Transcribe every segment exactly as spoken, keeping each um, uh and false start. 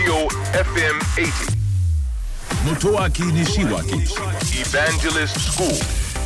Radio エフエムはちじゅう 元脇西脇 Evangelist School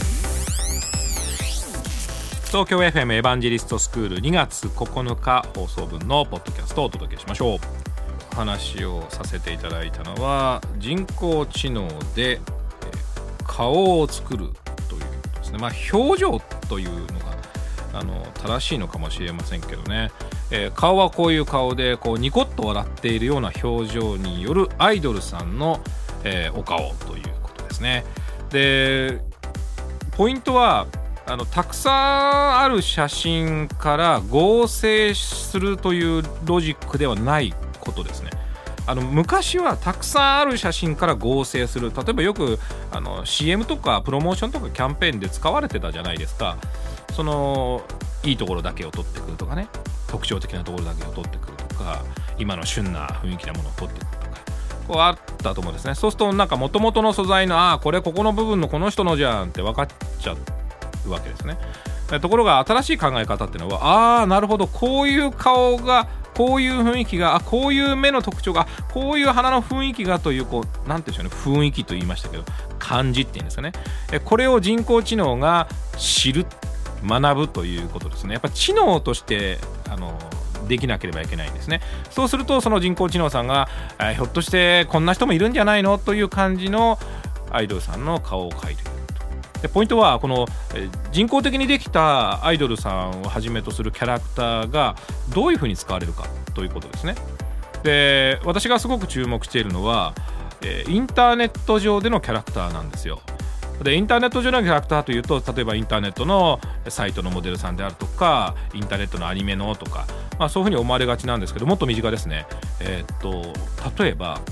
東京 エフエム エヴァンジェリストスクールにがつここのか放送分のポッドキャストをお届けしましょう。お話をさせていただいたのは人工知能で顔を作るということですね。まあ表情というのがあの正しいのかもしれませんけどね、えー、顔はこういう顔でこうニコッと笑っているような表情によるアイドルさんの、えー、お顔ということですね。でポイントはあのたくさんある写真から合成するというロジックではないことですね。あの昔はたくさんある写真から合成する、例えばよくあの シーエム とかプロモーションとかキャンペーンで使われてたじゃないですか。そのいいところだけを撮ってくるとかね、特徴的なところだけを撮ってくるとか、今の旬な雰囲気なものを撮ってくるとか、こうあったと思うんですね。そうするとなんか元々の素材のああこれここの部分のこの人のじゃんって分かっちゃうわけですね。ところが新しい考え方っていうのは、ああなるほど、こういう顔がこういう雰囲気が、あこういう目の特徴が、こういう鼻の雰囲気がという、こうなんていうんでしょうね、雰囲気と言いましたけど感じっていうんですかね。これを人工知能が知る、学ぶということですね。やっぱ知能としてあのできなければいけないんですね。そうするとその人工知能さんが、えひょっとしてこんな人もいるんじゃないのという感じのアイドルさんの顔を描いていると。でポイントはこの人工的にできたアイドルさんをはじめとするキャラクターがどういうふうに使われるかということですね。で私がすごく注目しているのは、えインターネット上でのキャラクターなんですよ。でインターネット上のキャラクターというと、例えばインターネットのサイトのモデルさんであるとか、インターネットのアニメのとか、まあ、そういうふうに思われがちなんですけど、もっと身近ですね。えー、っと例えば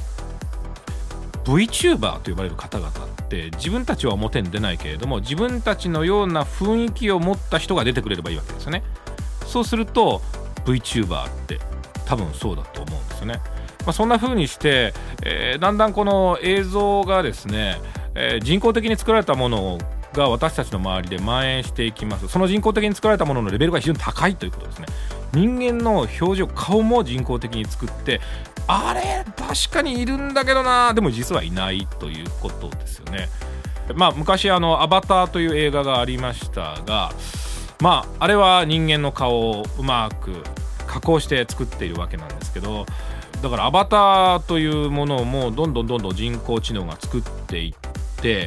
VTuber と呼ばれる方々って自分たちは表に出ないけれども、自分たちのような雰囲気を持った人が出てくれればいいわけですよね。そうすると VTuber って多分そうだと思うんですよね。まあ、そんな風にして、えー、だんだんこの映像がですね、えー、人工的に作られたものが私たちの周りで蔓延していきます。その人工的に作られたもののレベルが非常に高いということですね。人間の表情、顔も人工的に作って、あれ確かにいるんだけどな、でも実はいないということですよね。まあ昔あのアバターという映画がありましたが、まああれは人間の顔をうまく加工して作っているわけなんですけど、だからアバターというものもどんどんどんどん人工知能が作っていって、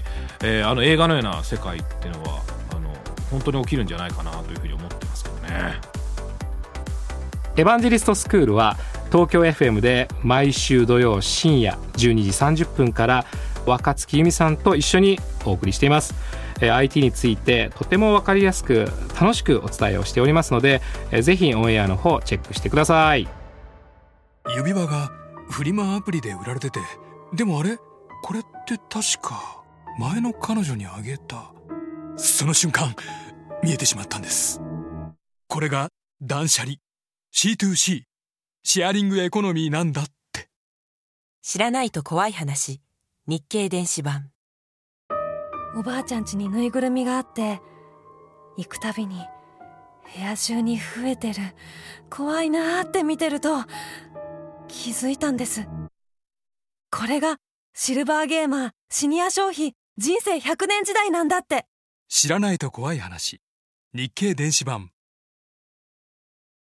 えー、あの映画のような世界っていうのはあの本当に起きるんじゃないかなというふうに思ってますけどね。 エヴァンジェリストスクールは東京 エフエム で毎週土曜深夜じゅうにじさんじゅっぷんから若月由美さんと一緒にお送りしています。 アイティー についてとても分かりやすく楽しくお伝えをしておりますので、ぜひオンエアの方チェックしてください。 指輪がフリマアプリで売られてて、でもあれこれって確か前の彼女にあげた。その瞬間見えてしまったんです。これが断捨離 シーツーシー シェアリングエコノミーなんだって。 知らないと怖い話、日経電子版。 おばあちゃん家にぬいぐるみがあって、行くたびに部屋中に増えてる、怖いなーって見てると気づいたんです。これがシルバーゲーマーシニア消費人生ひゃくねん時代なんだって。 知らないと怖い話、日経電子版。